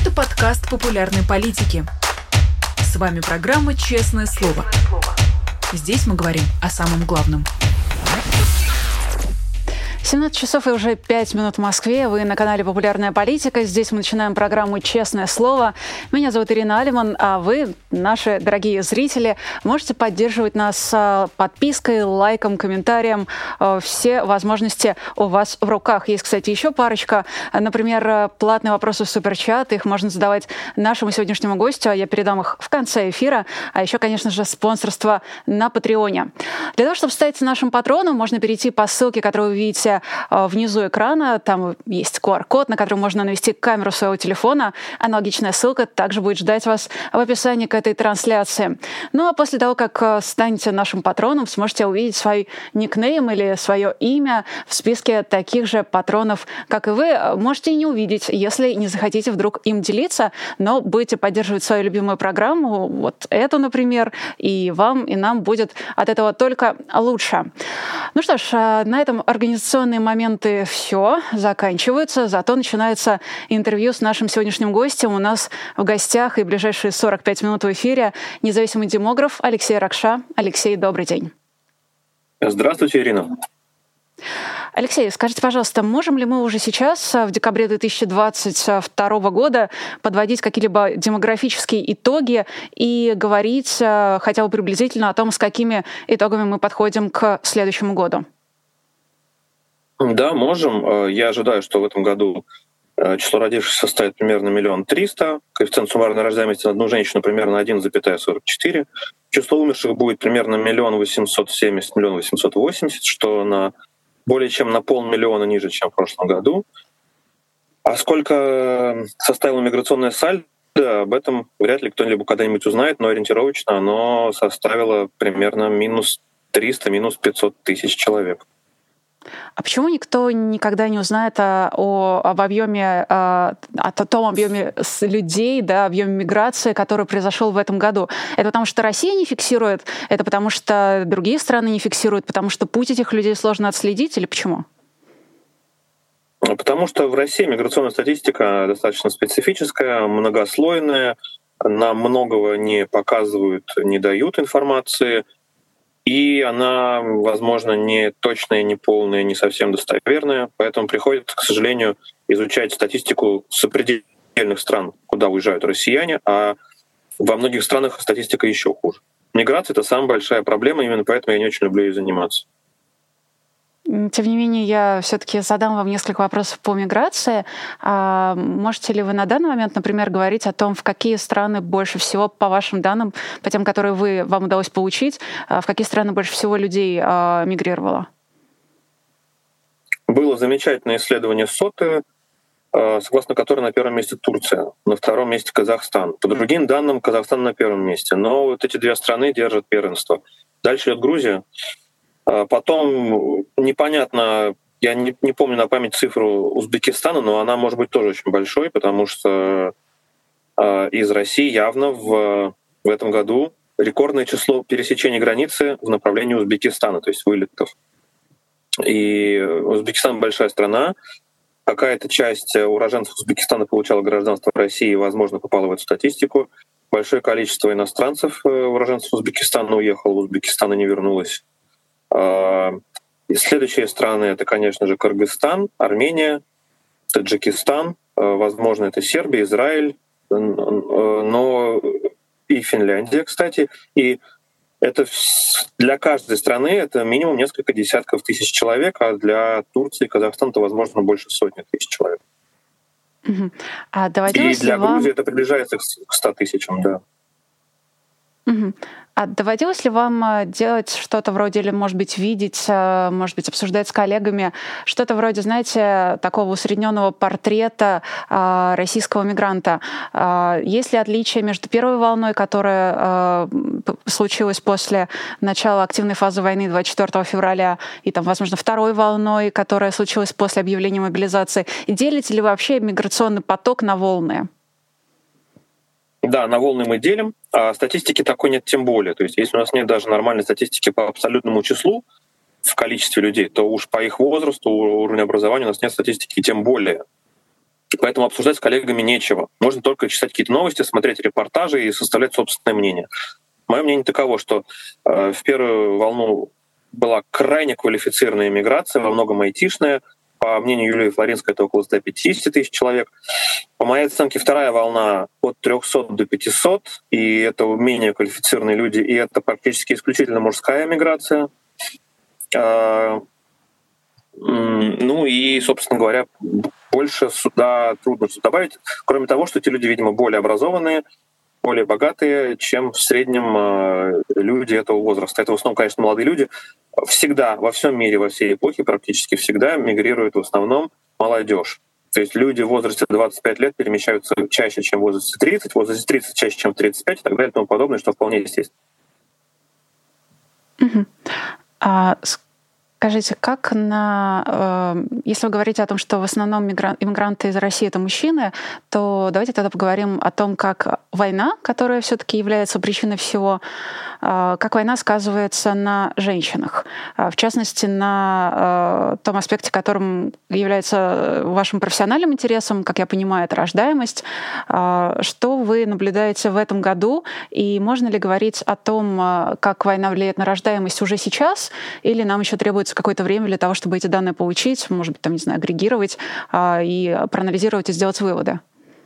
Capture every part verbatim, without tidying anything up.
Это подкаст популярной политики. С вами программа «Честное слово». Здесь мы говорим о самом главном. семнадцать часов и уже пять минут в Москве. Вы на канале «Популярная политика». Здесь мы начинаем программу «Честное слово». Меня зовут Ирина Алиман, а вы, наши дорогие зрители, можете поддерживать нас подпиской, лайком, комментарием. Все возможности у вас в руках. Есть, кстати, еще парочка. Например, платные вопросы в суперчат. Их можно задавать нашему сегодняшнему гостю, а я передам их в конце эфира. А еще, конечно же, спонсорство на Патреоне. Для того, чтобы стать нашим патроном, можно перейти по ссылке, которую вы видите внизу экрана. Там есть ку ар-код, на который можно навести камеру своего телефона. Аналогичная ссылка также будет ждать вас в описании к этой трансляции. Ну а после того, как станете нашим патроном, сможете увидеть свой никнейм или свое имя в списке таких же патронов, как и вы. Можете и не увидеть, если не захотите вдруг им делиться, но будете поддерживать свою любимую программу, вот эту, например, и вам, и нам будет от этого только лучше. Ну что ж, на этом организационные моменты все заканчиваются, зато начинается интервью с нашим сегодняшним гостем. У нас в гостях и ближайшие сорок пять минут в эфире независимый демограф Алексей Ракша. Алексей, добрый день. Здравствуйте, Ирина. Алексей, скажите, пожалуйста, можем ли мы уже сейчас, в декабре две тысячи двадцать второго года, подводить какие-либо демографические итоги и говорить хотя бы приблизительно о том, с какими итогами мы подходим к следующему году? Да, можем. Я ожидаю, что в этом году число родившихся составит примерно миллион триста, коэффициент суммарной рождаемости на одну женщину примерно один целых сорок четыре, число умерших будет примерно миллион восемьсот семьдесят, миллион восемьсот восемьдесят, что на более чем на полмиллиона ниже, чем в прошлом году. А сколько составило миграционное сальдо, об этом вряд ли кто-либо когда-нибудь узнает, но ориентировочно оно составило примерно минус триста, минус пятьсот тысяч человек. А почему никто никогда не узнает о, о, об объеме, о, о том объеме людей, да, объеме миграции, который произошел в этом году? Это потому что Россия не фиксирует? Это потому что другие страны не фиксируют? Потому что путь этих людей сложно отследить? Или почему? Потому что в России миграционная статистика достаточно специфическая, многослойная, нам многого не показывают, не дают информации, и она, возможно, не точная, не полная, не совсем достоверная. Поэтому приходится, к сожалению, изучать статистику сопредельных стран, куда уезжают россияне, а во многих странах статистика еще хуже. Миграция — это самая большая проблема, именно поэтому я не очень люблю ей заниматься. Тем не менее, я все-таки задам вам несколько вопросов по миграции. А можете ли вы на данный момент, например, говорить о том, в какие страны больше всего, по вашим данным, по тем, которые вы, вам удалось получить, в какие страны больше всего людей а, мигрировало? Было замечательное исследование СОТы, согласно которой на первом месте Турция, на втором месте Казахстан. По другим данным, Казахстан на первом месте. Но вот эти две страны держат первенство. Дальше идет Грузия. Потом непонятно, я не, не помню на память цифру Узбекистана, но она может быть тоже очень большой, потому что э, из России явно в, в этом году рекордное число пересечений границы в направлении Узбекистана, то есть вылетов. И Узбекистан — большая страна, какая-то часть уроженцев Узбекистана получала гражданство в России и, возможно, попала в эту статистику. Большое количество иностранцев, уроженцев Узбекистана, уехало в Узбекистан и не вернулось. И следующие страны — это, конечно же, Кыргызстан, Армения, Таджикистан, возможно, это Сербия, Израиль, но и Финляндия, кстати. И это для каждой страны это минимум несколько десятков тысяч человек, а для Турции и Казахстана это, возможно, больше сотни тысяч человек. Угу. А и для вам... Грузии это приближается к ста тысячам, да. Угу. А доводилось ли вам делать что-то вроде, или, может быть, видеть, может быть, обсуждать с коллегами, что-то вроде, знаете, такого усредненного портрета э, российского мигранта? Э, есть ли отличие между первой волной, которая э, случилась после начала активной фазы войны двадцать четвёртого февраля, и, там, возможно, второй волной, которая случилась после объявления мобилизации? И делите ли вы вообще миграционный поток на волны? Да, на волны мы делим, а статистики такой нет тем более. То есть если у нас нет даже нормальной статистики по абсолютному числу в количестве людей, то уж по их возрасту, уровню образования у нас нет статистики тем более. Поэтому обсуждать с коллегами нечего. Можно только читать какие-то новости, смотреть репортажи и составлять собственное мнение. Мое мнение таково, что э, в первую волну была крайне квалифицированная иммиграция, во многом айтишная. По мнению Юлии Флоринской, это около сто пятьдесят тысяч человек. По моей оценке, вторая волна от трехсот до пятисот, и это менее квалифицированные люди, и это практически исключительно мужская миграция. Э, ну и, собственно говоря, больше сюда трудно что добавить, кроме того, что эти люди, видимо, более образованные, более богатые, чем в среднем люди этого возраста. Это в основном, конечно, молодые люди. Всегда, во всем мире, во всей эпохе практически всегда мигрирует в основном молодежь. То есть люди в возрасте двадцать пять лет перемещаются чаще, чем в возрасте тридцать, в возрасте тридцать чаще, чем в тридцать пять и так далее и тому подобное, что вполне естественно. Угу. А скажите, как на... Э, если вы говорите о том, что в основном мигрант, иммигранты из России — это мужчины, то давайте тогда поговорим о том, как война, которая все-таки является причиной всего, э, как война сказывается на женщинах. Э, в частности, на э, том аспекте, которым является вашим профессиональным интересом, как я понимаю, это рождаемость. Э, что вы наблюдаете в этом году? И можно ли говорить о том, э, как война влияет на рождаемость уже сейчас, или нам еще требуется какое-то время для того, чтобы эти данные получить, может быть, там, не знаю, агрегировать а, и проанализировать и сделать выводы?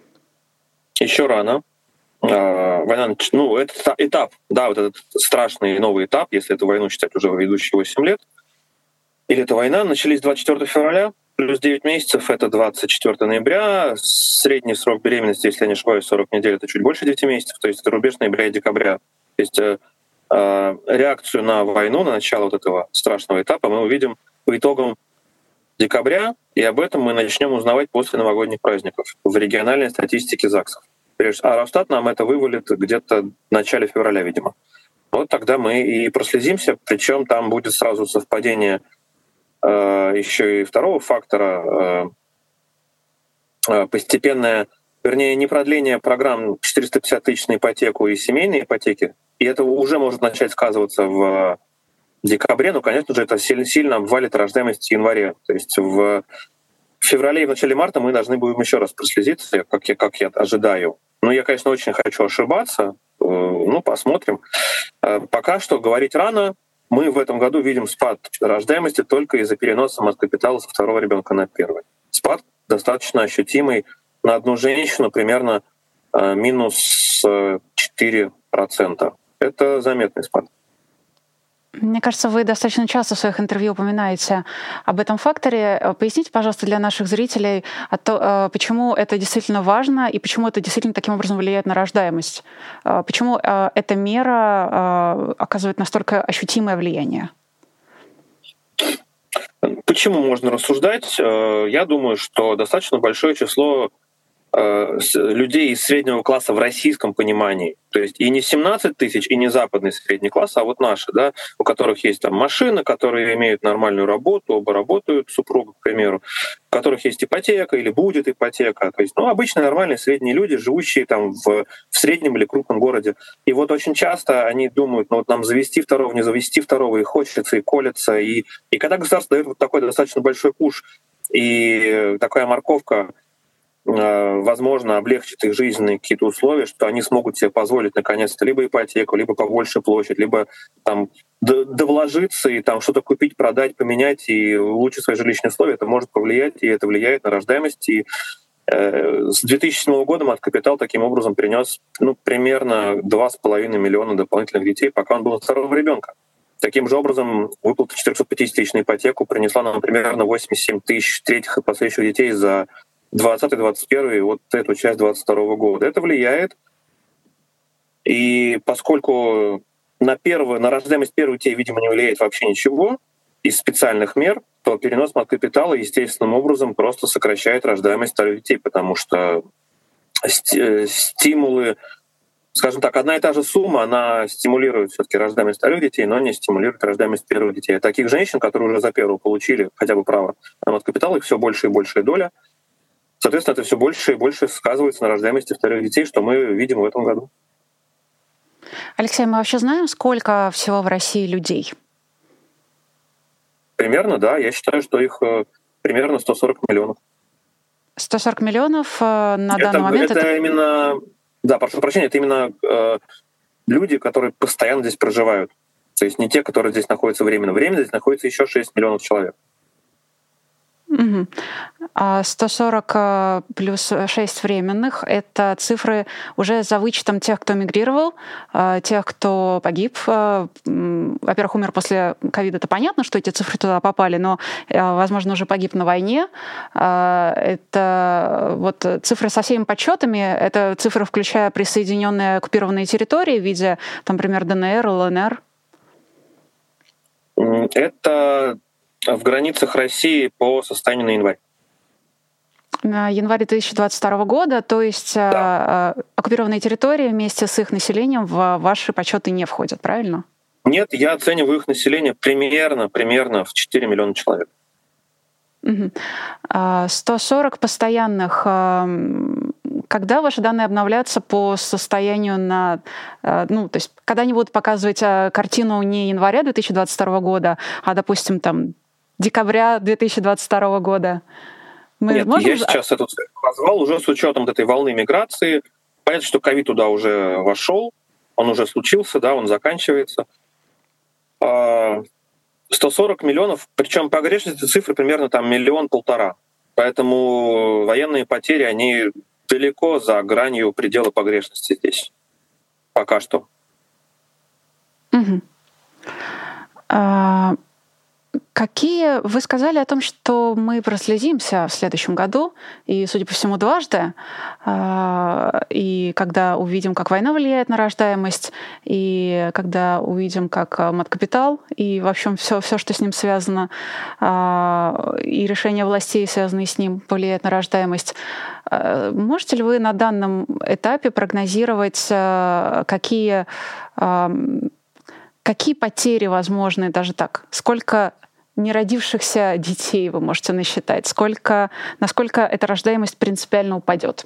Еще рано. А, война, ну, это этап, да, вот этот страшный новый этап, если эту войну считать уже ведущие восемь лет, или эта война, начались двадцать четвёртого февраля, плюс девять месяцев — это двадцать четвёртого ноября, средний срок беременности, если я не ошибаюсь, сорок недель — это чуть больше девяти месяцев, то есть это рубеж ноября и декабря. То есть реакцию на войну, на начало вот этого страшного этапа мы увидим по итогам декабря, и об этом мы начнем узнавать после новогодних праздников в региональной статистике ЗАГСов. А Росстат нам это вывалит где-то в начале февраля, видимо. Вот тогда мы и прослезимся, причем там будет сразу совпадение э, еще и второго фактора, э, постепенное, вернее, не продление программ четыреста пятьдесят тысяч на ипотеку и семейные ипотеки, и это уже может начать сказываться в декабре, но, конечно же, это сильно, сильно обвалит рождаемость в январе. То есть в феврале и в начале марта мы должны будем еще раз прослезиться, как я, как я ожидаю. Ну, я, конечно, очень хочу ошибаться, ну, посмотрим. Пока что говорить рано. Мы в этом году видим спад рождаемости только из-за переноса мат-капитала со второго ребенка на первый. Спад достаточно ощутимый. На одну женщину примерно минус четыре процента. Это заметный спад. Мне кажется, вы достаточно часто в своих интервью упоминаете об этом факторе. Поясните, пожалуйста, для наших зрителей, почему это действительно важно и почему это действительно таким образом влияет на рождаемость. Почему эта мера оказывает настолько ощутимое влияние? Почему можно рассуждать? Я думаю, что достаточно большое число людей из среднего класса в российском понимании. То есть и не семнадцать тысяч, и не западный средний класс, а вот наши, да, у которых есть там машины, которые имеют нормальную работу, оба работают, супруга, к примеру, у которых есть ипотека или будет ипотека. То есть, ну, обычные нормальные средние люди, живущие там в, в среднем или крупном городе. И вот очень часто они думают, ну вот нам завести второго, не завести второго, и хочется, и колется. И, и когда государство дает вот такой достаточно большой пуш, и такая морковка, возможно, облегчит их жизненные какие-то условия, что они смогут себе позволить наконец-то либо ипотеку, либо побольше площадь, либо там довложиться и там что-то купить, продать, поменять и улучшить свои жилищные условия. Это может повлиять, и это влияет на рождаемость. И э, с две тысячи седьмого года мат-капитал таким образом принес ну, примерно два с половиной миллиона дополнительных детей, пока он был от второго ребенка. Таким же образом, выплата четыреста пятьдесят тысяч на ипотеку принесла нам примерно восемьдесят семь тысяч третьих и последующих детей за двадцатый двадцать первый, вот эту часть двадцать второго года. Это влияет. И поскольку на, первое, на рождаемость первых детей, видимо, не влияет вообще ничего из специальных мер, то перенос мат-капитала естественным образом просто сокращает рождаемость вторых детей, потому что стимулы, скажем так, одна и та же сумма, она стимулирует все-таки рождаемость вторых детей, но не стимулирует рождаемость первых детей. А таких женщин, которые уже за первого получили хотя бы право на мат-капитал, их все больше и большая доля. Соответственно, это все больше и больше сказывается на рождаемости вторых детей, что мы видим в этом году. Алексей, мы вообще знаем, сколько всего в России людей? Примерно, да. Я считаю, что их примерно сто сорок миллионов. сто сорок миллионов э, на это, данный момент. Это, это именно, да, прошу прощения, это именно э, люди, которые постоянно здесь проживают. То есть не те, которые здесь находятся временно. Временно здесь находится еще шесть миллионов человек. Угу. А сто сорок плюс шесть временных — это цифры уже за вычетом тех, кто мигрировал, тех, кто погиб. Во-первых, умер после ковида, это понятно, что эти цифры туда попали, но, возможно, уже погиб на войне. Это вот цифры со всеми подсчетами, это цифры, включая присоединенные оккупированные территории в виде, там, например, ДНР, ЛНР. Это в границах России по состоянию на январь. На январь две тысячи двадцать второго года, то есть да. оккупированные территории вместе с их населением в ваши подсчеты не входят, правильно? Нет, я оцениваю их население примерно, примерно в четыре миллиона человек. Угу. сто сорок постоянных. Когда ваши данные обновляются по состоянию на... Ну, то есть когда они будут показывать картину не января две тысячи двадцать второго года, а, допустим, там, декабря две тысячи двадцать второго года? Мы Нет, можем... я сейчас эту цифру назвал уже с учетом этой волны миграции. Понятно, что ковид туда уже вошел, он уже случился, да, он заканчивается. сто сорок миллионов, причем по погрешности цифры примерно там миллион-полтора. Поэтому военные потери, они далеко за гранью предела погрешности здесь. Пока что. Угу. А... Какие... Вы сказали о том, что мы прослезимся в следующем году, и, судя по всему, дважды. И когда увидим, как война влияет на рождаемость, и когда увидим, как мат-капитал, и, в общем, все, все, что с ним связано, и решения властей, связанные с ним, повлияют на рождаемость. Можете ли вы на данном этапе прогнозировать, какие... Какие потери возможны, даже так? Сколько неродившихся детей вы можете насчитать? Сколько, насколько эта рождаемость принципиально упадет?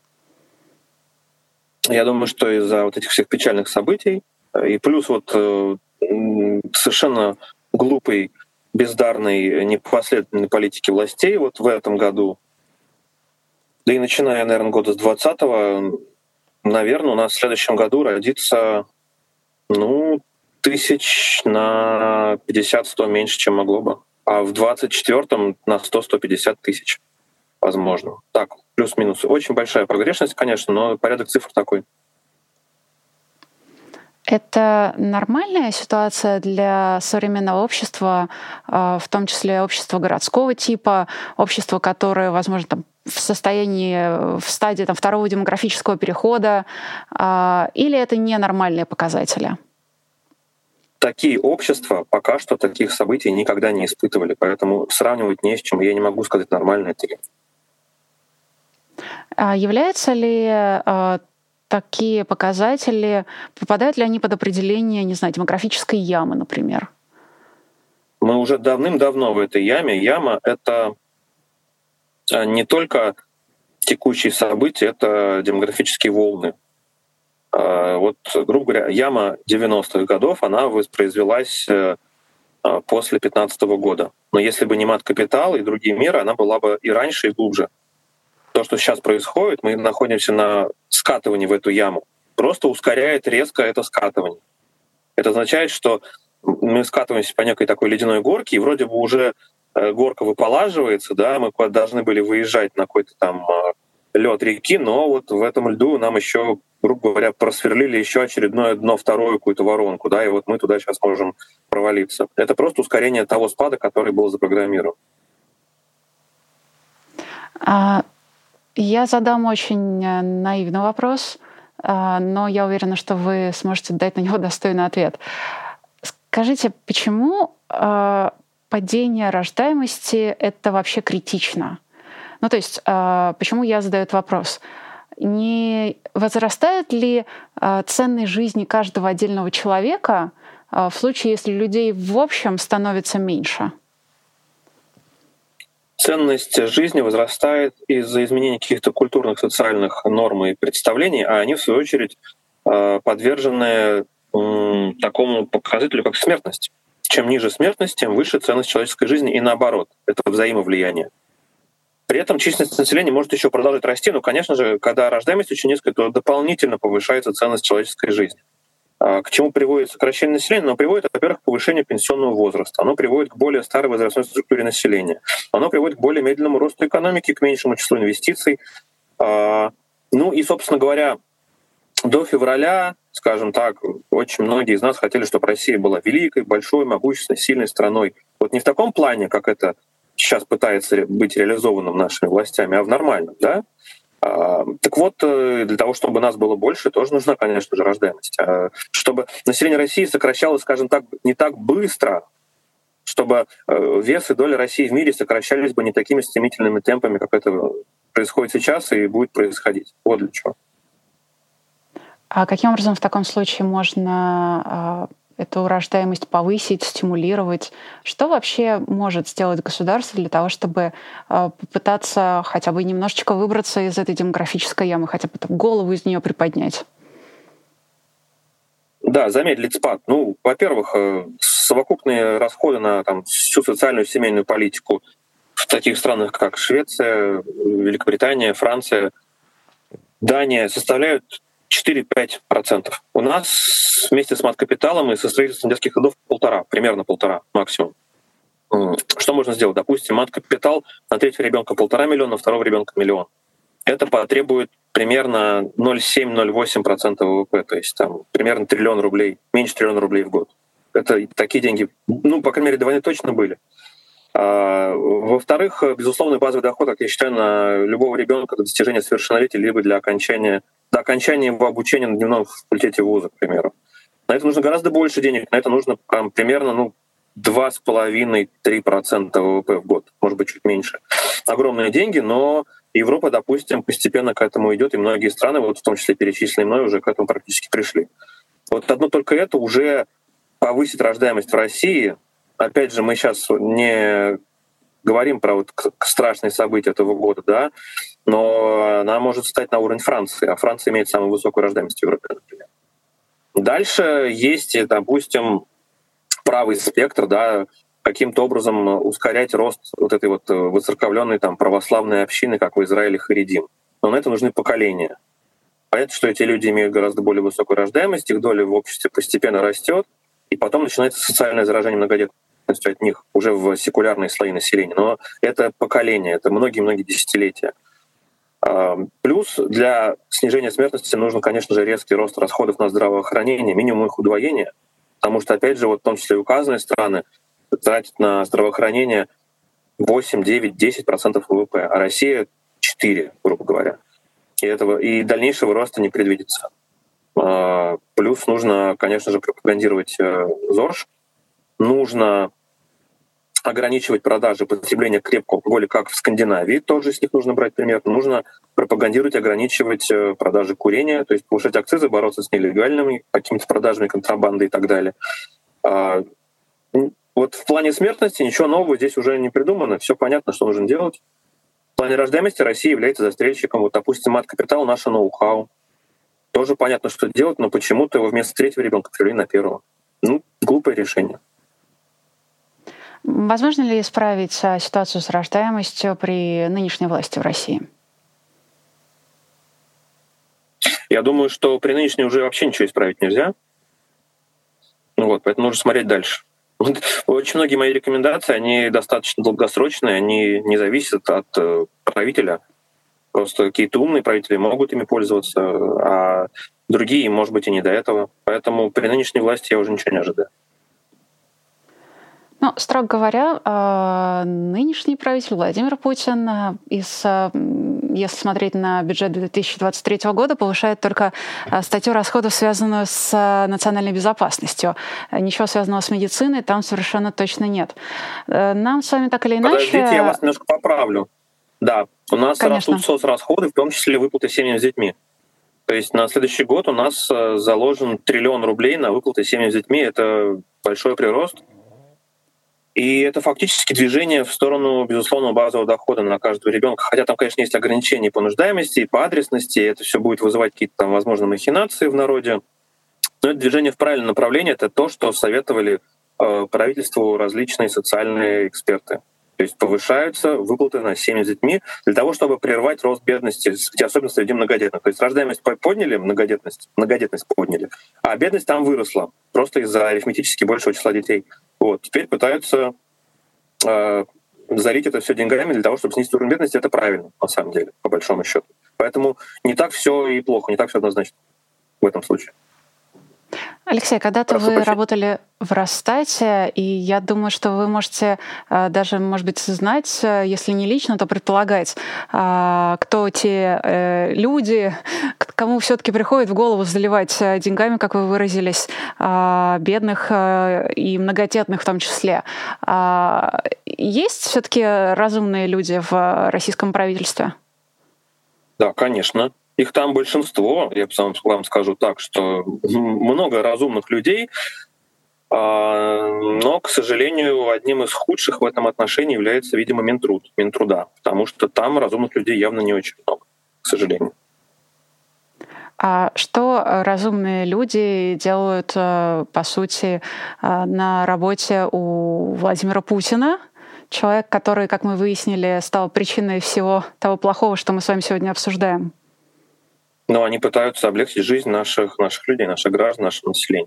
Я думаю, что из-за вот этих всех печальных событий и плюс вот совершенно глупой, бездарной, непоследовательной политики властей вот в этом году, да и начиная, наверное, года с двадцатого, наверное, у нас в следующем году родится, ну, тысяч на пятьдесят-сто меньше, чем могло бы. А в двадцать четвёртом на сто-сто пятьдесят тысяч, возможно. Так, плюс-минус. Очень большая погрешность, конечно, но порядок цифр такой. Это нормальная ситуация для современного общества, в том числе общества городского типа, общества, которое, возможно, там, в состоянии, в стадии там, второго демографического перехода, или это ненормальные показатели? Такие общества пока что таких событий никогда не испытывали, поэтому сравнивать не с чем. Я не могу сказать, нормально это или нет. Являются ли э, такие показатели, попадают ли они под определение, не знаю, демографической ямы, например? Мы уже давным-давно в этой яме. Яма — это не только текущие события, это демографические волны. Вот, грубо говоря, яма девяностых годов, она воспроизвелась после пятнадцатого года. Но если бы не мат-капитал и другие меры, она была бы и раньше, и глубже. То, что сейчас происходит, мы находимся на скатывании в эту яму. Просто ускоряет резко это скатывание. Это означает, что мы скатываемся по некой такой ледяной горке, и вроде бы уже горка выполаживается, да, мы должны были выезжать на какой-то там лед реки, но вот в этом льду нам еще, грубо говоря, просверлили еще очередное дно, вторую какую-то воронку, да, и вот мы туда сейчас можем провалиться. Это просто ускорение того спада, который был запрограммирован. А, я задам очень наивный вопрос, но я уверена, что вы сможете дать на него достойный ответ. Скажите, почему падение рождаемости — это вообще критично? Ну, то есть, почему я задаю этот вопрос? Не возрастает ли ценность жизни каждого отдельного человека в случае, если людей в общем становится меньше? Ценность жизни возрастает из-за изменения каких-то культурных, социальных норм и представлений, а они, в свою очередь, подвержены такому показателю, как смертность. Чем ниже смертность, тем выше ценность человеческой жизни, и наоборот. Это взаимовлияние. При этом численность населения может еще продолжать расти, но, конечно же, когда рождаемость очень низкая, то дополнительно повышается ценность человеческой жизни. К чему приводит сокращение населения? Оно приводит, во-первых, к повышению пенсионного возраста, оно приводит к более старой возрастной структуре населения, оно приводит к более медленному росту экономики, к меньшему числу инвестиций. Ну и, собственно говоря, до февраля, скажем так, очень многие из нас хотели, чтобы Россия была великой, большой, могущественной, сильной страной. Вот не в таком плане, как это сейчас пытается быть реализованным нашими властями, а в нормальном, да? Так вот, для того, чтобы нас было больше, тоже нужна, конечно же, рождаемость. Чтобы население России сокращалось, скажем так, не так быстро, чтобы вес и доля России в мире сокращались бы не такими стремительными темпами, как это происходит сейчас и будет происходить. Вот для чего. А каким образом в таком случае можно эту рождаемость повысить, стимулировать? Что вообще может сделать государство для того, чтобы попытаться хотя бы немножечко выбраться из этой демографической ямы, хотя бы голову из нее приподнять? Да, замедлить спад. Ну, во-первых, совокупные расходы на там, всю социальную семейную политику в таких странах, как Швеция, Великобритания, Франция, Дания составляют четыре-пять процентов. У нас вместе с мат-капиталом и со строительством детских садов полтора, примерно полтора максимум. Что можно сделать? Допустим, мат-капитал на третьего ребенка полтора миллиона, на второго ребенка миллион. Это потребует примерно ноль целых семь - ноль целых восемь десятых процента ВВП, то есть там примерно триллион рублей, меньше триллиона рублей в год. Это такие деньги, ну, по крайней мере, до войны точно были. А, во-вторых, безусловный базовый доход, как я считаю, на любого ребенка до достижения совершеннолетия, либо для окончания до окончания его обучения на дневном факультете вуза, к примеру. На это нужно гораздо больше денег, на это нужно там, примерно ну, два с половиной - три процента ВВП в год, может быть, чуть меньше. Огромные деньги, но Европа, допустим, постепенно к этому идет, и многие страны, вот в том числе перечисленные мной, уже к этому практически пришли. Вот одно только это уже повысит рождаемость в России. Опять же, мы сейчас не говорим про вот страшные события этого года, да, но она может стать на уровень Франции, а Франция имеет самую высокую рождаемость в Европе, например. Дальше есть, допустим, правый спектр, да, каким-то образом ускорять рост вот этой вот воцерковленной там православной общины, как в Израиле Харидим. Но на это нужны поколения. Понятно, что эти люди имеют гораздо более высокую рождаемость, их доля в обществе постепенно растет, и потом начинается социальное заражение многодетностью от них уже в секулярные слои населения. Но это поколение, это многие-многие десятилетия. Плюс для снижения смертности нужно, конечно же, резкий рост расходов на здравоохранение, минимум их удвоения, потому что, опять же, вот в том числе и указанные страны тратят на здравоохранение восемь, девять, десять процентов ВВП, а Россия — четыре, грубо говоря. И, этого, и дальнейшего роста не предвидится. Плюс нужно, конечно же, пропагандировать ЗОЖ, нужно ограничивать продажи, потребление крепкого алкоголя, как в Скандинавии, тоже с них нужно брать пример. Нужно пропагандировать, ограничивать продажи курения, то есть повышать акцизы, бороться с нелегальными какими-то продажами, контрабандой и так далее. Вот в плане смертности ничего нового здесь уже не придумано, все понятно, что нужно делать. В плане рождаемости Россия является застрельщиком. Вот, допустим, мат-капитал — наше ноу-хау. Тоже понятно, что делать, но почему-то его вместо третьего ребенка перевели на первого. Ну, глупое решение. Возможно ли исправить ситуацию с рождаемостью при нынешней власти в России? Я думаю, что при нынешней уже вообще ничего исправить нельзя. Вот, поэтому нужно смотреть дальше. Очень многие мои рекомендации, они достаточно долгосрочные, они не зависят от правителя. Просто какие-то умные правители могут ими пользоваться, а другие, может быть, и не до этого. Поэтому при нынешней власти я уже ничего не ожидаю. Ну, строго говоря, нынешний правитель Владимир Путин, из, если смотреть на бюджет две тысячи двадцать третьего года, повышает только статью расходов, связанную с национальной безопасностью. Ничего связанного с медициной там совершенно точно нет. Нам с вами так или иначе... Подождите, я вас немножко поправлю. Да, у нас Конечно. растут соцрасходы, в том числе выплаты семьям с детьми. То есть на следующий год у нас заложен триллион рублей на выплаты семьям с детьми. Это большой прирост. И это фактически движение в сторону безусловного базового дохода на каждого ребенка. Хотя там, конечно, есть ограничения по нуждаемости и по адресности, и это все будет вызывать какие-то там, возможно, махинации в народе. Но это движение в правильном направлении. Это то, что советовали э, правительству различные социальные эксперты. То есть повышаются выплаты на семьи с детьми для того, чтобы прервать рост бедности, особенно среди многодетных. То есть рождаемость подняли, многодетность, многодетность подняли, а бедность там выросла просто из-за арифметически большего числа детей. Вот. Теперь пытаются э, залить это все деньгами для того, чтобы снизить уровень бедности. Это правильно, на самом деле, по большому счету. Поэтому не так все и плохо, не так все однозначно в этом случае. Алексей, когда-то Прошу вы прощения. работали в Росстате, и я думаю, что вы можете э, даже, может быть, знать, э, если не лично, то предполагать, э, кто те э, люди, к кому все-таки приходит в голову заливать э, деньгами, как вы выразились, э, бедных э, и многодетных в том числе. Э, есть все-таки разумные люди в российском правительстве? Да, конечно. Их там большинство, я вам скажу так, что много разумных людей, но, к сожалению, одним из худших в этом отношении является, видимо, Минтруд, Минтруда, потому что там разумных людей явно не очень много, к сожалению. А что разумные люди делают, по сути, на работе у Владимира Путина? Человек, который, как мы выяснили, стал причиной всего того плохого, что мы с вами сегодня обсуждаем. Но они пытаются облегчить жизнь наших, наших людей, наших граждан, нашего населения.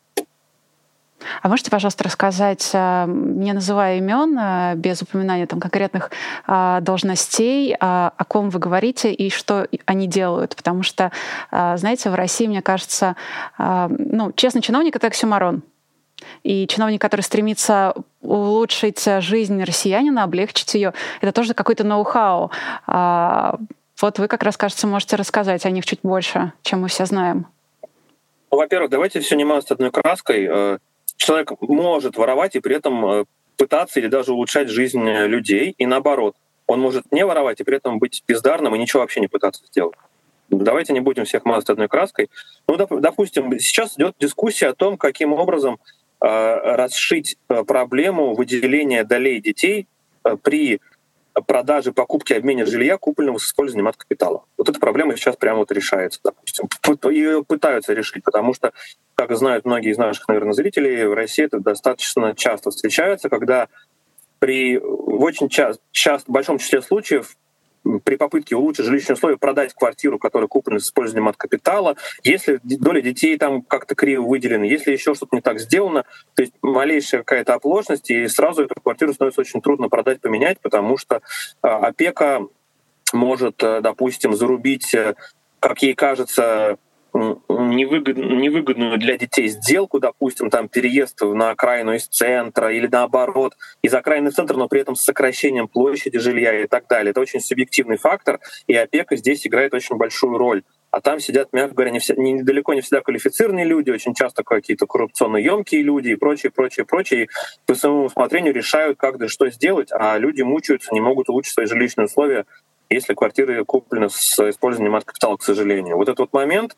А можете, пожалуйста, рассказать, не называя имен, без упоминания там конкретных должностей, о ком вы говорите и что они делают? Потому что, знаете, в России, мне кажется, ну, честный чиновник — это оксюморон. И чиновник, который стремится улучшить жизнь россиянина, облегчить ее, это тоже какой-то ноу-хау. Вот вы как раз, кажется, можете рассказать о них чуть больше, чем мы все знаем. Ну, во-первых, давайте все не мазать одной краской. Человек может воровать и при этом пытаться или даже улучшать жизнь людей, и наоборот. Он может не воровать и при этом быть бездарным и ничего вообще не пытаться сделать. Давайте не будем всех мазать одной краской. Ну, допустим, сейчас идет дискуссия о том, каким образом расшить проблему выделения долей детей при продажи, покупки, обмене жилья, купленного с использованием мат-капитала. Вот эта проблема сейчас прямо вот решается, допустим. Ее пытаются решить, потому что, как знают многие из наших, наверное, зрителей, в России это достаточно часто встречается, когда при в очень часто, часто большом числе случаев при попытке улучшить жилищные условия, продать квартиру, которая куплена с использованием мат-капитала, если доля детей там как-то криво выделена, если еще что-то не так сделано, то есть малейшая какая-то оплошность, и сразу эту квартиру становится очень трудно продать, поменять, потому что опека может, допустим, зарубить, как ей кажется, невыгодную, невыгодную для детей сделку, допустим, там переезд на окраину из центра или наоборот, из окраины в центр, но при этом с сокращением площади жилья и так далее. Это очень субъективный фактор, и опека здесь играет очень большую роль. А там сидят, мягко говоря, не все, не, далеко не всегда квалифицированные люди, очень часто какие-то коррупционно емкие люди и прочее, прочее, прочее. И по своему усмотрению решают, как да что сделать, а люди мучаются, не могут улучшить свои жилищные условия, если квартиры куплены с использованием мат-капитала, к сожалению. Вот этот вот момент,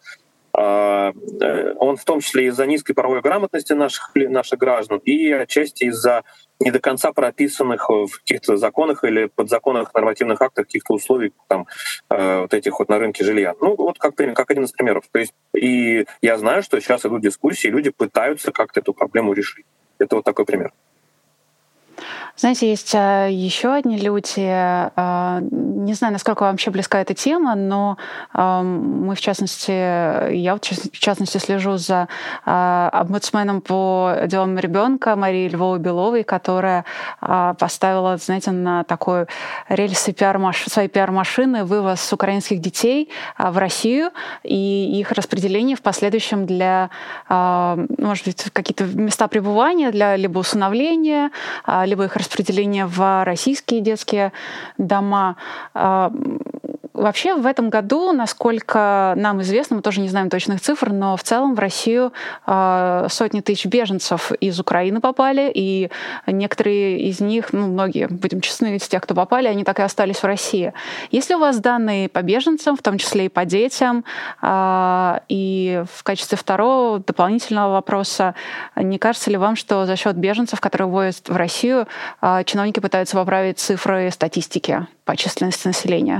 он в том числе из-за низкой правовой грамотности наших, наших граждан и отчасти из-за не до конца прописанных в каких-то законах или подзаконных нормативных актах каких-то условий там, вот этих вот на рынке жилья. Ну вот как, как один из примеров. То есть, и я знаю, что сейчас идут дискуссии, люди пытаются как-то эту проблему решить. Это вот такой пример. Знаете, есть еще одни люди, не знаю, насколько вам вообще близка эта тема, но мы, в частности, я вот в частности слежу за омбудсменом по делам ребенка Марией Львовой-Беловой, которая поставила, знаете, на такой рельсы пиар-маш... своей пиар-машины вывоз украинских детей в Россию и их распределение в последующем для, может быть, какие-то места пребывания, для либо усыновления, либо их распределение в российские детские дома. Вообще в этом году, насколько нам известно, мы тоже не знаем точных цифр, но в целом в Россию сотни тысяч беженцев из Украины попали, и некоторые из них, ну, многие, будем честны, из тех, кто попали, они так и остались в России. Есть ли у вас данные по беженцам, в том числе и по детям? И в качестве второго дополнительного вопроса, не кажется ли вам, что за счет беженцев, которые ввозят в Россию, чиновники пытаются поправить цифры статистики по численности населения?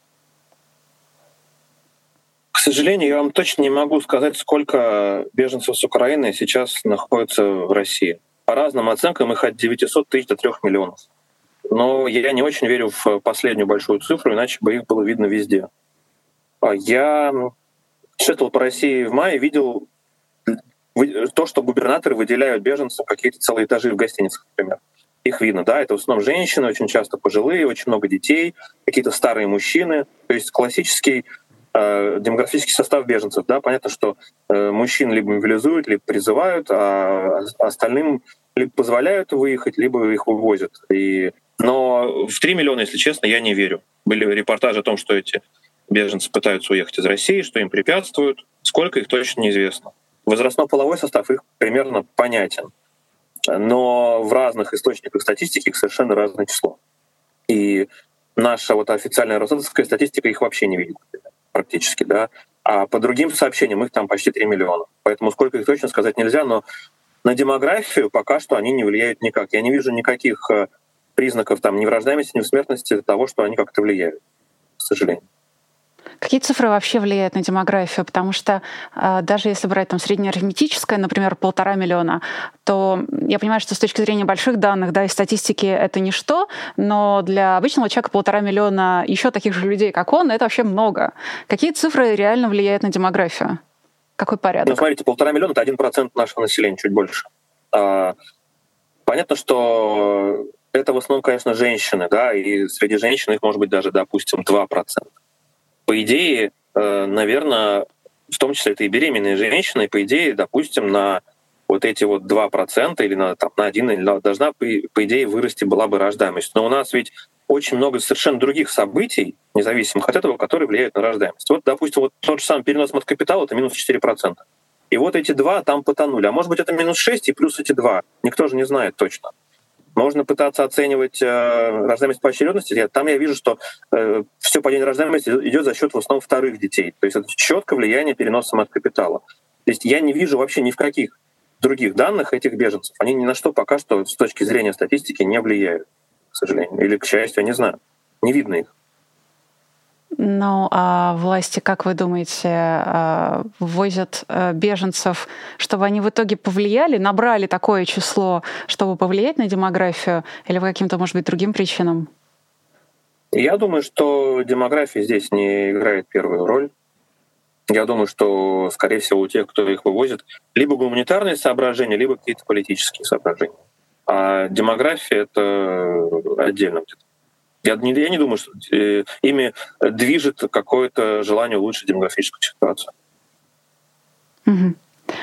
К сожалению, я вам точно не могу сказать, сколько беженцев с Украины сейчас находится в России. По разным оценкам их от девятисот тысяч до трёх миллионов. но я не очень верю в последнюю большую цифру, иначе бы их было видно везде. Я шествовал по России в мае, видел то, что губернаторы выделяют беженцам какие-то целые этажи в гостиницах, например. Их видно, да, это в основном женщины, очень часто пожилые, очень много детей, какие-то старые мужчины. То есть классический э, демографический состав беженцев. Да, понятно, что э, мужчин либо мобилизуют, либо призывают, а остальным либо позволяют выехать, либо их вывозят. И... Но в три миллиона, если честно, я не верю. Были репортажи о том, что эти беженцы пытаются уехать из России, что им препятствуют. Сколько их точно неизвестно. Возрастно-половой состав их примерно понятен. Но в разных источниках статистики их совершенно разное число. И наша вот официальная росстатовская статистика их вообще не видит практически. Да? А по другим сообщениям их там почти три миллиона. Поэтому сколько их точно сказать нельзя, но на демографию пока что они не влияют никак. Я не вижу никаких признаков там, ни в рождаемости, ни в смертности того, что они как-то влияют, к сожалению. Какие цифры вообще влияют на демографию? Потому что э, даже если брать там среднеарифметическое, например, полтора миллиона, то я понимаю, что с точки зрения больших данных, да, и статистики это ничто, но для обычного человека полтора миллиона еще таких же людей, как он, это вообще много. Какие цифры реально влияют на демографию? Какой порядок? Ну, смотрите, полтора миллиона — это один процент нашего населения, чуть больше. А, понятно, что это в основном, конечно, женщины, да, и среди женщин их может быть даже, допустим, два процента. По идее, наверное, в том числе это и беременные женщины, по идее, допустим, на вот эти вот два процента или на, там, на один процент или должна, по идее, вырасти была бы рождаемость. Но у нас ведь очень много совершенно других событий, независимых от этого, которые влияют на рождаемость. Вот, допустим, вот тот же самый перенос маткапитала — это минус четыре процента. И вот эти два там потонули. А может быть, это минус шесть и плюс эти два. Никто же не знает точно. Можно пытаться оценивать э, рождаемость по очередности. Там я вижу, что э, все падение рождаемости идет за счет в основном вторых детей. То есть это четкое влияние переноса маткапитала. То есть я не вижу вообще ни в каких других данных этих беженцев. Они ни на что пока что с точки зрения статистики не влияют, к сожалению. Или, к счастью, я не знаю. Не видно их. Ну, а власти, как вы думаете, ввозят беженцев, чтобы они в итоге повлияли, набрали такое число, чтобы повлиять на демографию, или по каким-то, может быть, другим причинам? Я думаю, что демография здесь не играет первую роль. Я думаю, что, скорее всего, у тех, кто их вывозит, либо гуманитарные соображения, либо какие-то политические соображения. А демография — это отдельно где-то. Я не, я не думаю, что э, ими движет какое-то желание улучшить демографическую ситуацию. Угу.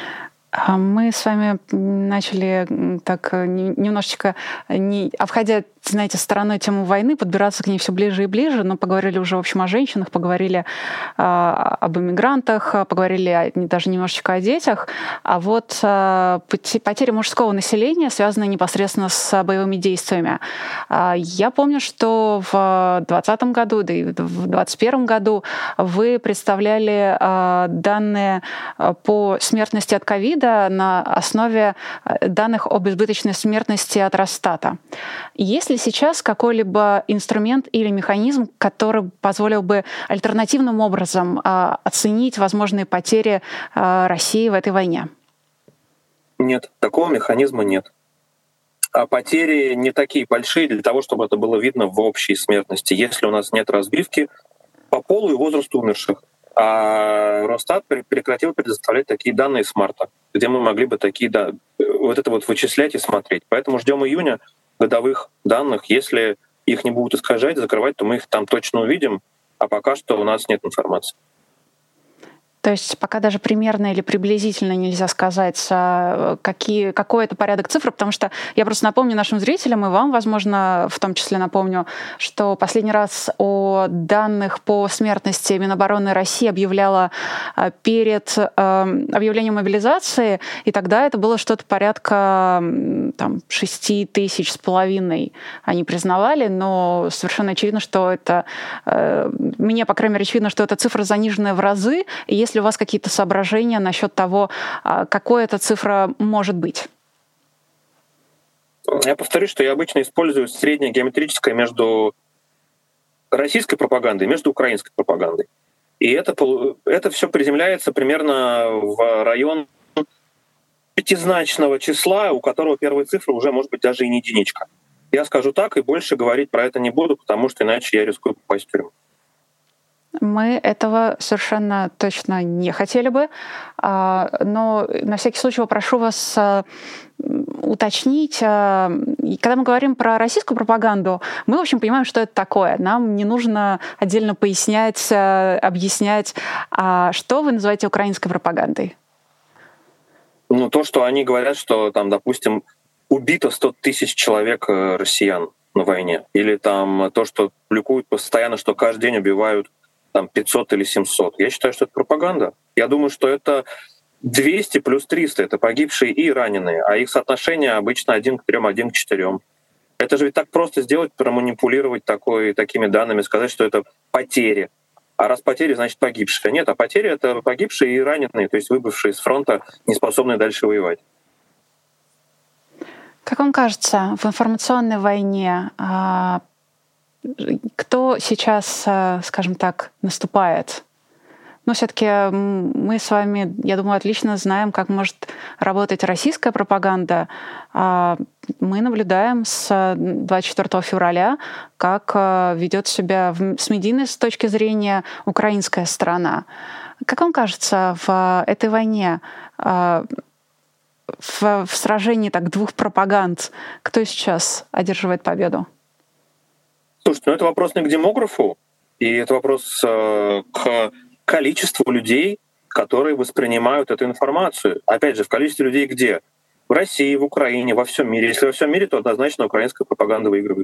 Мы с вами начали так немножечко, не, обходя, знаете, стороной тему войны, подбираться к ней все ближе и ближе, но поговорили уже, в общем, о женщинах, поговорили а, об иммигрантах, поговорили о, даже немножечко о детях. А вот а, потери мужского населения связаны непосредственно с боевыми действиями. А, я помню, что в двадцатом году, да и в двадцать первом году вы представляли а, данные по смертности от ковида на основе данных об избыточной смертности от Росстата. Есть ли сейчас какой-либо инструмент или механизм, который позволил бы альтернативным образом оценить возможные потери России в этой войне? Нет, такого механизма нет. А потери не такие большие для того, чтобы это было видно в общей смертности, если у нас нет разбивки по полу и возрасту умерших. А Росстат прекратил предоставлять такие данные с марта, где мы могли бы такие, да, вот это вот вычислять и смотреть. Поэтому ждем июня годовых данных. Если их не будут искажать, закрывать, то мы их там точно увидим, а пока что у нас нет информации. То есть пока даже примерно или приблизительно нельзя сказать, какие, какой это порядок цифр, потому что я просто напомню нашим зрителям, и вам, возможно, в том числе напомню, что последний раз о данных по смертности Минобороны России объявляла перед э, объявлением мобилизации, и тогда это было что-то порядка там, шести тысяч с половиной они признавали, но совершенно очевидно, что это, э, мне, по крайней мере, очевидно, что эта цифра заниженная в разы, и если у вас какие-то соображения насчет того, какой эта цифра может быть? Я повторюсь, что я обычно использую среднее геометрическое между российской пропагандой и между украинской пропагандой. И это, это все приземляется примерно в район пятизначного числа, у которого первая цифра уже может быть даже и не единичка. Я скажу так, и больше говорить про это не буду, потому что иначе я рискую попасть в тюрьму. Мы этого совершенно точно не хотели бы, но на всякий случай попрошу вас уточнить. Когда мы говорим про российскую пропаганду, мы, в общем, понимаем, что это такое. Нам не нужно отдельно пояснять, объяснять. А что вы называете украинской пропагандой? Ну, то, что они говорят, что там, допустим, убито сто тысяч человек россиян на войне. Или там то, что публикуют постоянно, что каждый день убивают там пятьсот или семьсот. Я считаю, что это пропаганда. Я думаю, что это двести плюс триста. Это погибшие и раненые. А их соотношение обычно один к трем, один к четырем. Это же ведь так просто сделать, проманипулировать такой, такими данными, сказать, что это потери. А раз потери, значит погибшие. Нет, а потери — это погибшие и раненые, то есть выбывшие с фронта, не способные дальше воевать. Как вам кажется, в информационной войне кто сейчас, скажем так, наступает? Но все-таки мы с вами, я думаю, отлично знаем, как может работать российская пропаганда. Мы наблюдаем с двадцать четвёртого февраля, как ведет себя с медийной с точки зрения украинская сторона. Как вам кажется, в этой войне, в, в сражении так, двух пропаганд, кто сейчас одерживает победу? Слушайте, ну это вопрос не к демографу, и это вопрос э, к количеству людей, которые воспринимают эту информацию. Опять же, в количестве людей где? В России, в Украине, во всем мире. Если во всем мире, то однозначно украинская пропаганда выигрывает.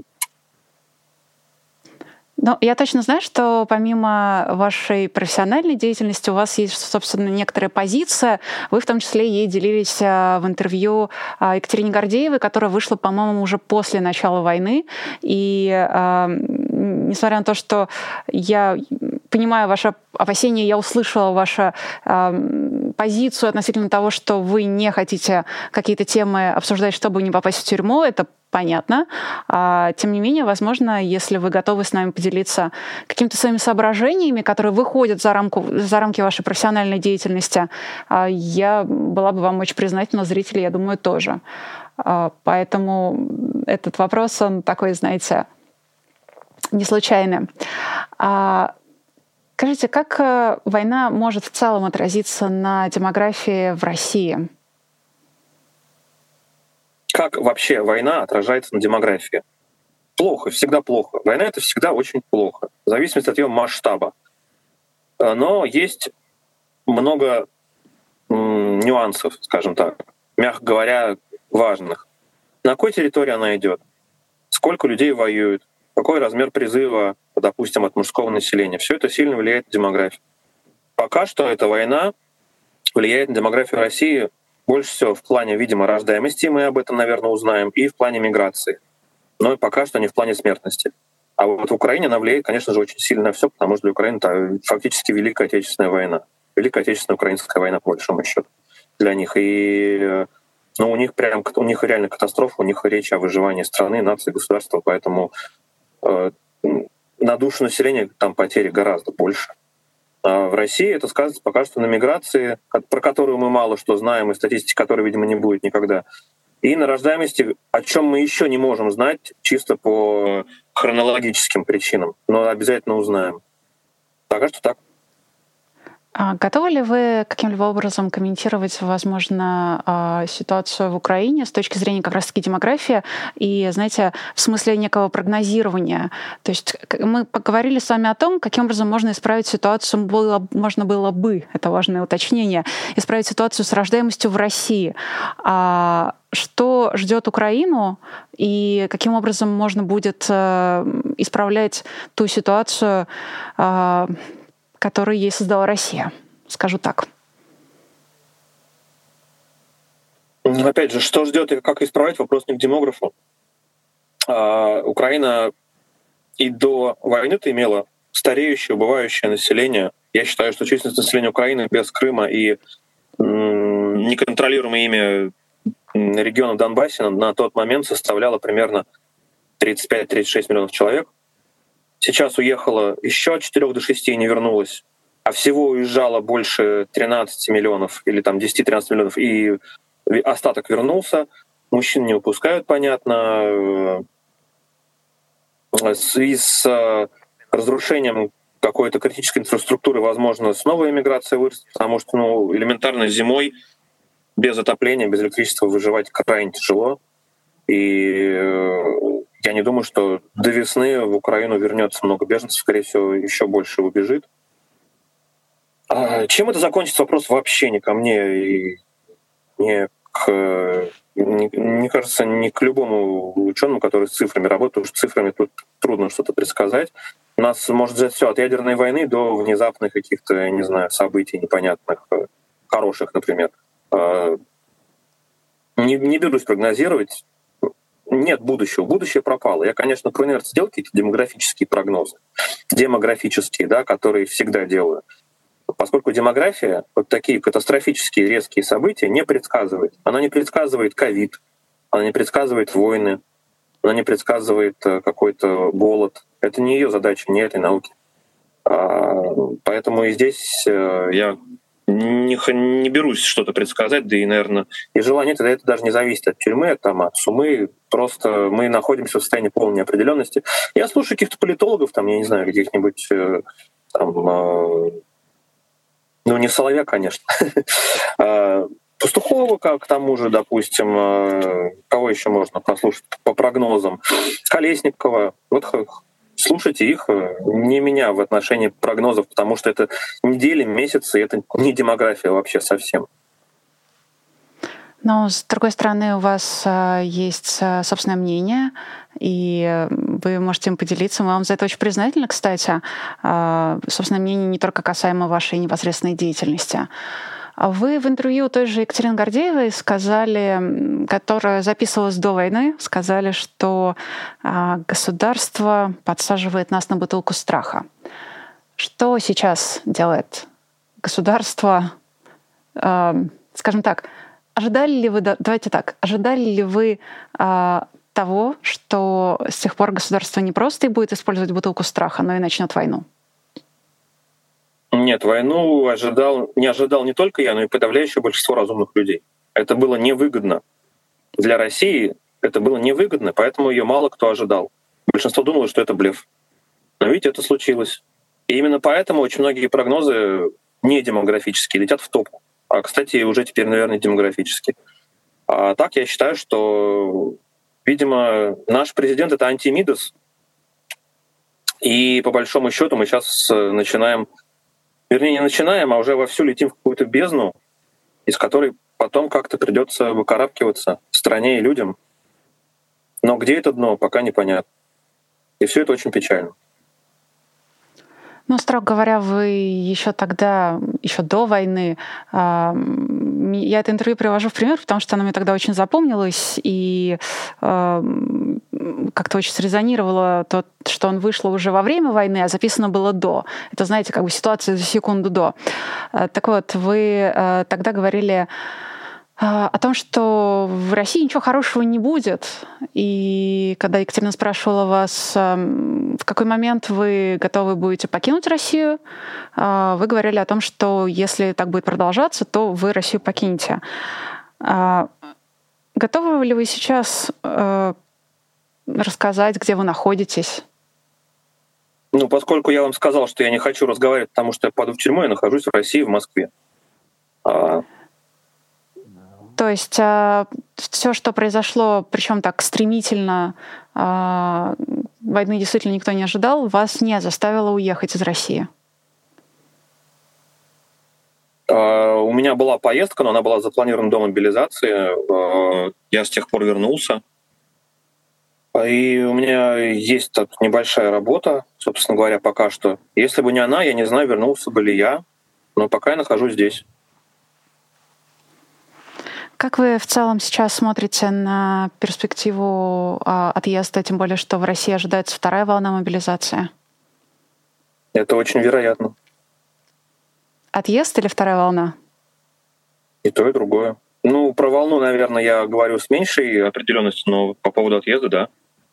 Ну, я точно знаю, что помимо вашей профессиональной деятельности у вас есть, собственно, некоторая позиция. Вы в том числе ей делились в интервью Екатерине Гордеевой, которая вышла, по-моему, уже после начала войны. И э, несмотря на то, что я понимаю ваше опасение, я услышала вашу э, позицию относительно того, что вы не хотите какие-то темы обсуждать, чтобы не попасть в тюрьму, это понятно. Тем не менее, возможно, если вы готовы с нами поделиться какими-то своими соображениями, которые выходят за рамку, за рамки вашей профессиональной деятельности, я была бы вам очень признательна, зрители, я думаю, тоже. Поэтому этот вопрос, он такой, знаете, не случайный. Скажите, как война может в целом отразиться на демографии в России? Как вообще война отражается на демографии? Плохо, всегда плохо. Война — это всегда очень плохо, в зависимости от ее масштаба. Но есть много м, нюансов, скажем так, мягко говоря, важных. На какой территории она идет? Сколько людей воюют? Какой размер призыва, допустим, от мужского населения? Все это сильно влияет на демографию. Пока что эта война влияет на демографию России больше всего в плане, видимо, рождаемости, мы об этом, наверное, узнаем, и в плане миграции. Но и пока что не в плане смертности. А вот в Украине она влияет, конечно же, очень сильно на все, потому что для Украины это фактически Великая Отечественная война. Великая Отечественная украинская война, по большому счету, для них. И ну, у них прям у них реально катастрофа, у них речь о выживании страны, нации, государства, поэтому э, на душу населения там потери гораздо больше. В России это сказывается пока что на миграции, про которую мы мало что знаем, и статистики которой, видимо, не будет никогда. И на рождаемости, о чем мы еще не можем знать, чисто по хронологическим причинам, но обязательно узнаем. Пока что так. А готовы ли вы каким-либо образом комментировать, возможно, ситуацию в Украине с точки зрения как раз-таки демографии и, знаете, в смысле некого прогнозирования? То есть мы поговорили с вами о том, каким образом можно исправить ситуацию, было, можно было бы, это важное уточнение, исправить ситуацию с рождаемостью в России. А что ждет Украину и каким образом можно будет исправлять ту ситуацию, который ей создала Россия, скажу так. Опять же, что ждет и как исправлять, вопрос не к демографу. А, Украина и до войны-то имела стареющее, убывающее население. Я считаю, что численность населения Украины без Крыма и м, неконтролируемые ими региона в Донбассе на тот момент составляла примерно тридцать пять - тридцать шесть миллионов человек. Сейчас уехало еще от четырёх до шести и не вернулось, а всего уезжало больше тринадцати миллионов или там десяти-тринадцати миллионов, и остаток вернулся. Мужчин не выпускают, понятно. в связи с разрушением какой-то критической инфраструктуры, возможно, снова эмиграция вырастет, потому что ну, элементарно зимой без отопления, без электричества выживать крайне тяжело. И я не думаю, что до весны в Украину вернется много беженцев, скорее всего, еще больше убежит. А чем это закончится, вопрос вообще не ко мне и не к, не, мне кажется, не к любому ученому, который с цифрами работает, потому что цифрами тут трудно что-то предсказать. У нас может взять все от ядерной войны до внезапных каких-то, я не знаю, событий непонятных, хороших, например. Не, не берусь прогнозировать. Нет будущего. Будущее пропало. Я, конечно, про инерцию делаю какие-то демографические прогнозы. Демографические, да, которые всегда делаю. Поскольку демография вот такие катастрофические резкие события не предсказывает. Она не предсказывает ковид, она не предсказывает войны, она не предсказывает какой-то голод. Это не ее задача, не этой науки. Поэтому и здесь я не, не берусь что-то предсказать, да и, наверное, и желание это, это даже не зависит от тюрьмы, там, от суммы. Просто мы находимся в состоянии полной неопределенности. Я слушаю каких-то политологов, там, я не знаю, каких-нибудь там, ну, не Соловья, конечно. Пастухова, к тому же, допустим, кого еще можно послушать по прогнозам? Колесникова. Вот слушайте их, не меня в отношении прогнозов, потому что это недели, месяцы, это не демография вообще совсем. Но, с другой стороны, у вас есть собственное мнение, и вы можете им поделиться. Мы вам за это очень признательны, кстати. Собственное мнение не только касаемо вашей непосредственной деятельности. Вы в интервью той же Екатерины Гордеевой сказали, которая записывалась до войны, сказали, что государство подсаживает нас на бутылку страха. Что сейчас делает государство? Скажем так, ожидали ли вы, давайте так, ожидали ли вы того, что с тех пор государство не просто и будет использовать бутылку страха, но и начнет войну? Нет, войну ожидал, не ожидал не только я, но и подавляющее большинство разумных людей. Это было невыгодно. Для России это было невыгодно, поэтому ее мало кто ожидал. Большинство думало, что это блеф. Но видите, это случилось. И именно поэтому очень многие прогнозы не демографические летят в топку. А, кстати, уже теперь, наверное, демографические. А так я считаю, что, видимо, наш президент — это антимидас. И по большому счету мы сейчас начинаем, вернее, не начинаем, а уже вовсю летим в какую-то бездну, из которой потом как-то придется выкарабкиваться стране и людям. Но где это дно, пока непонятно. И все это очень печально. Ну, строго говоря, вы еще тогда, еще до войны, я это интервью привожу в пример, потому что оно мне тогда очень запомнилось, и как-то очень срезонировало то, что он вышло уже во время войны, а записано было до. Это, знаете, как бы ситуация за секунду до. Так вот, вы тогда говорили о том, что в России ничего хорошего не будет. И когда Екатерина спрашивала вас, в какой момент вы готовы будете покинуть Россию, вы говорили о том, что если так будет продолжаться, то вы Россию покинете. Готовы ли вы сейчас рассказать, где вы находитесь? Ну, поскольку я вам сказал, что я не хочу разговаривать, потому что я паду в тюрьму, я нахожусь в России, в Москве. То есть э, все, что произошло, причем так стремительно, э, войны действительно никто не ожидал, вас не заставило уехать из России? Uh, у меня была поездка, но она была запланирована до мобилизации. Uh, я с тех пор вернулся. И у меня есть тут небольшая работа, собственно говоря, пока что. Если бы не она, я не знаю, вернулся бы ли я, но пока я нахожусь здесь. Как вы в целом сейчас смотрите на перспективу э, отъезда, тем более, что в России ожидается вторая волна мобилизации? Это очень вероятно. Отъезд или вторая волна? И то, и другое. Ну, про волну, наверное, я говорю с меньшей определенностью, но по поводу отъезда, да.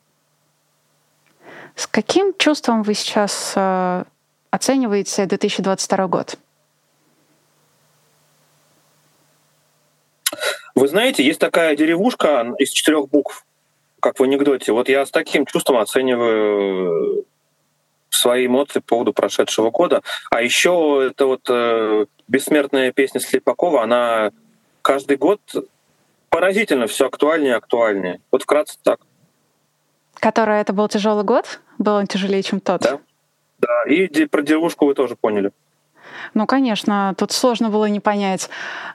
С каким чувством вы сейчас э, оцениваете две тысячи двадцать второй год? Вы знаете, есть такая деревушка из четырех букв. как в анекдоте. Вот я с таким чувством оцениваю свои эмоции по поводу прошедшего года. А еще это вот э, бессмертная песня Слепакова, она каждый год поразительно все актуальнее и актуальнее. Вот вкратце так. Который это был тяжелый год? Был он тяжелее, чем тот? Да. Да. И про девушку вы тоже поняли. Ну, конечно, тут сложно было не понять.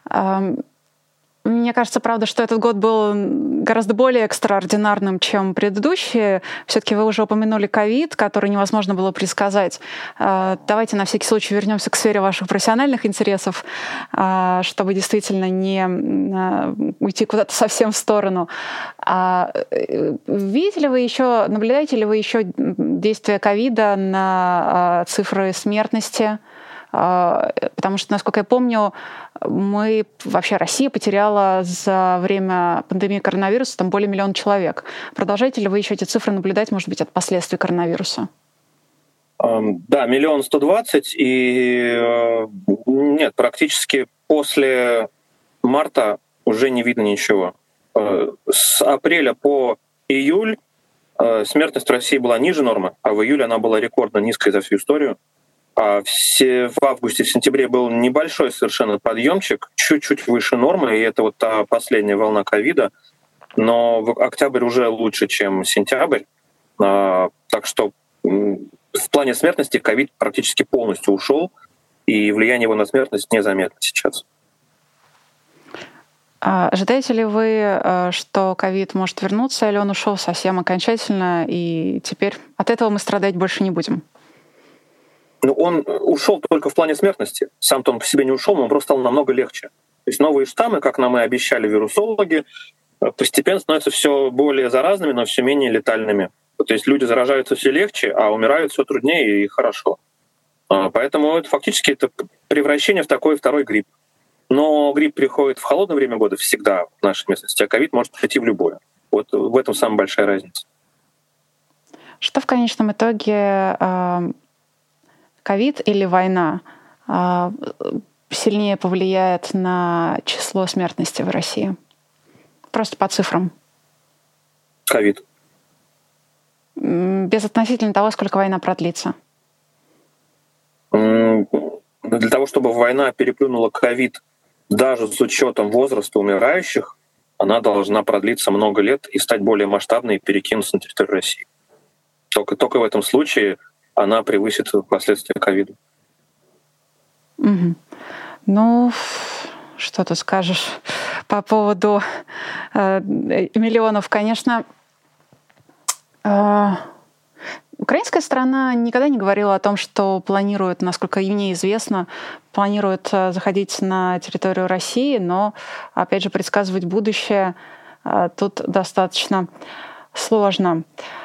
Мне кажется, правда, что этот год был гораздо более экстраординарным, чем предыдущие. Все-таки вы уже упомянули ковид, который невозможно было предсказать. Давайте на всякий случай вернемся к сфере ваших профессиональных интересов, чтобы действительно не уйти куда-то совсем в сторону. Видите ли вы еще, наблюдаете ли вы еще действие ковида на цифры смертности? Потому что, насколько я помню, мы, вообще Россия потеряла за время пандемии коронавируса там более миллиона человек. Продолжаете ли вы еще эти цифры наблюдать, может быть, от последствий коронавируса? Да, миллион сто двадцать, и нет, практически после марта уже не видно ничего. С апреля по июль смертность в России была ниже нормы, а в июле она была рекордно низкой за всю историю. А в августе, в сентябре был небольшой совершенно подъемчик, чуть-чуть выше нормы, и это вот та последняя волна ковида. Но октябрь уже лучше, чем сентябрь. Так что в плане смертности ковид практически полностью ушел, и влияние его на смертность незаметно сейчас. А ожидаете ли вы, что ковид может вернуться, или он ушел совсем окончательно, и теперь от этого мы страдать больше не будем? Ну, он ушел только в плане смертности. Сам-то он по себе не ушел, но он просто стал намного легче. То есть новые штаммы, как нам и обещали вирусологи, постепенно становятся все более заразными, но все менее летальными. То есть люди заражаются все легче, а умирают все труднее и хорошо. Поэтому это фактически это превращение в такой второй грипп. Но грипп приходит в холодное время года всегда в нашей местности, а ковид может прийти в любое. Вот в этом самая большая разница. Что в конечном итоге ковид или война сильнее повлияет на число смертности в России? Просто по цифрам. Ковид. Безотносительно того, сколько война продлится. Для того, чтобы война переплюнула ковид, даже с учетом возраста умирающих, она должна продлиться много лет и стать более масштабной и перекинуться на территорию России. Только, только в этом случае она превысит последствия ковида. Угу. Ну, что ты скажешь по поводу э, миллионов? Конечно, э, украинская сторона никогда не говорила о том, что планирует, насколько мне известно, планирует э, заходить на территорию России, но, опять же, предсказывать будущее э, тут достаточно сложно.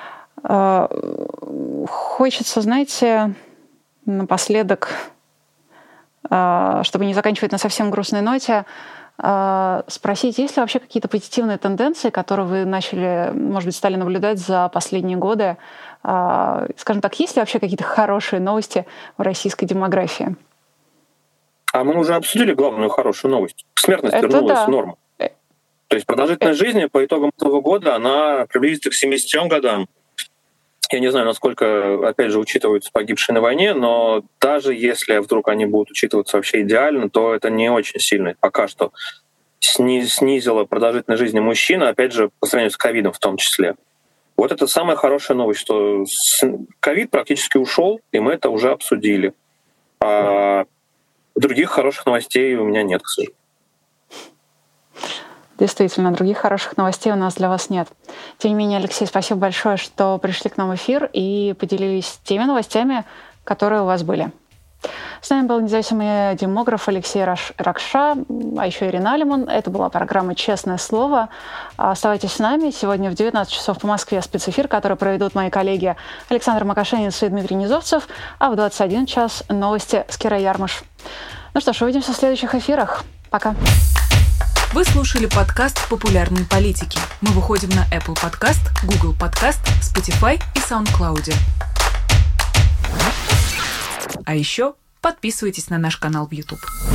Хочется, знаете, напоследок, чтобы не заканчивать на совсем грустной ноте, спросить, есть ли вообще какие-то позитивные тенденции, которые вы начали, может быть, стали наблюдать за последние годы? Скажем так, есть ли вообще какие-то хорошие новости в российской демографии? А мы уже обсудили главную хорошую новость. Смертность Это вернулась да. в норму. То есть продолжительность жизни по итогам этого года, она приблизится к семидесяти трём годам. Я не знаю, насколько, опять же, учитываются погибшие на войне, но даже если вдруг они будут учитываться вообще идеально, то это не очень сильно пока что снизило продолжительность жизни мужчин, опять же, по сравнению с ковидом в том числе. Вот это самая хорошая новость, что ковид практически ушел, и мы это уже обсудили. А других хороших новостей у меня нет, к сожалению. Действительно, других хороших новостей у нас для вас нет. Тем не менее, Алексей, спасибо большое, что пришли к нам в эфир и поделились теми новостями, которые у вас были. С нами был независимый демограф Алексей Ракша, а еще Ирина Алиман. Это была программа «Честное слово». Оставайтесь с нами. Сегодня в девятнадцать часов по Москве спецэфир, который проведут мои коллеги Александр Макашенец и Дмитрий Низовцев, а в двадцать один час новости с Кирой Ярмыш. Ну что ж, увидимся в следующих эфирах. Пока. Вы слушали подкаст «Популярные политики». Мы выходим на Apple Podcast, Google Podcast, Spotify и SoundCloud. А еще подписывайтесь на наш канал в YouTube.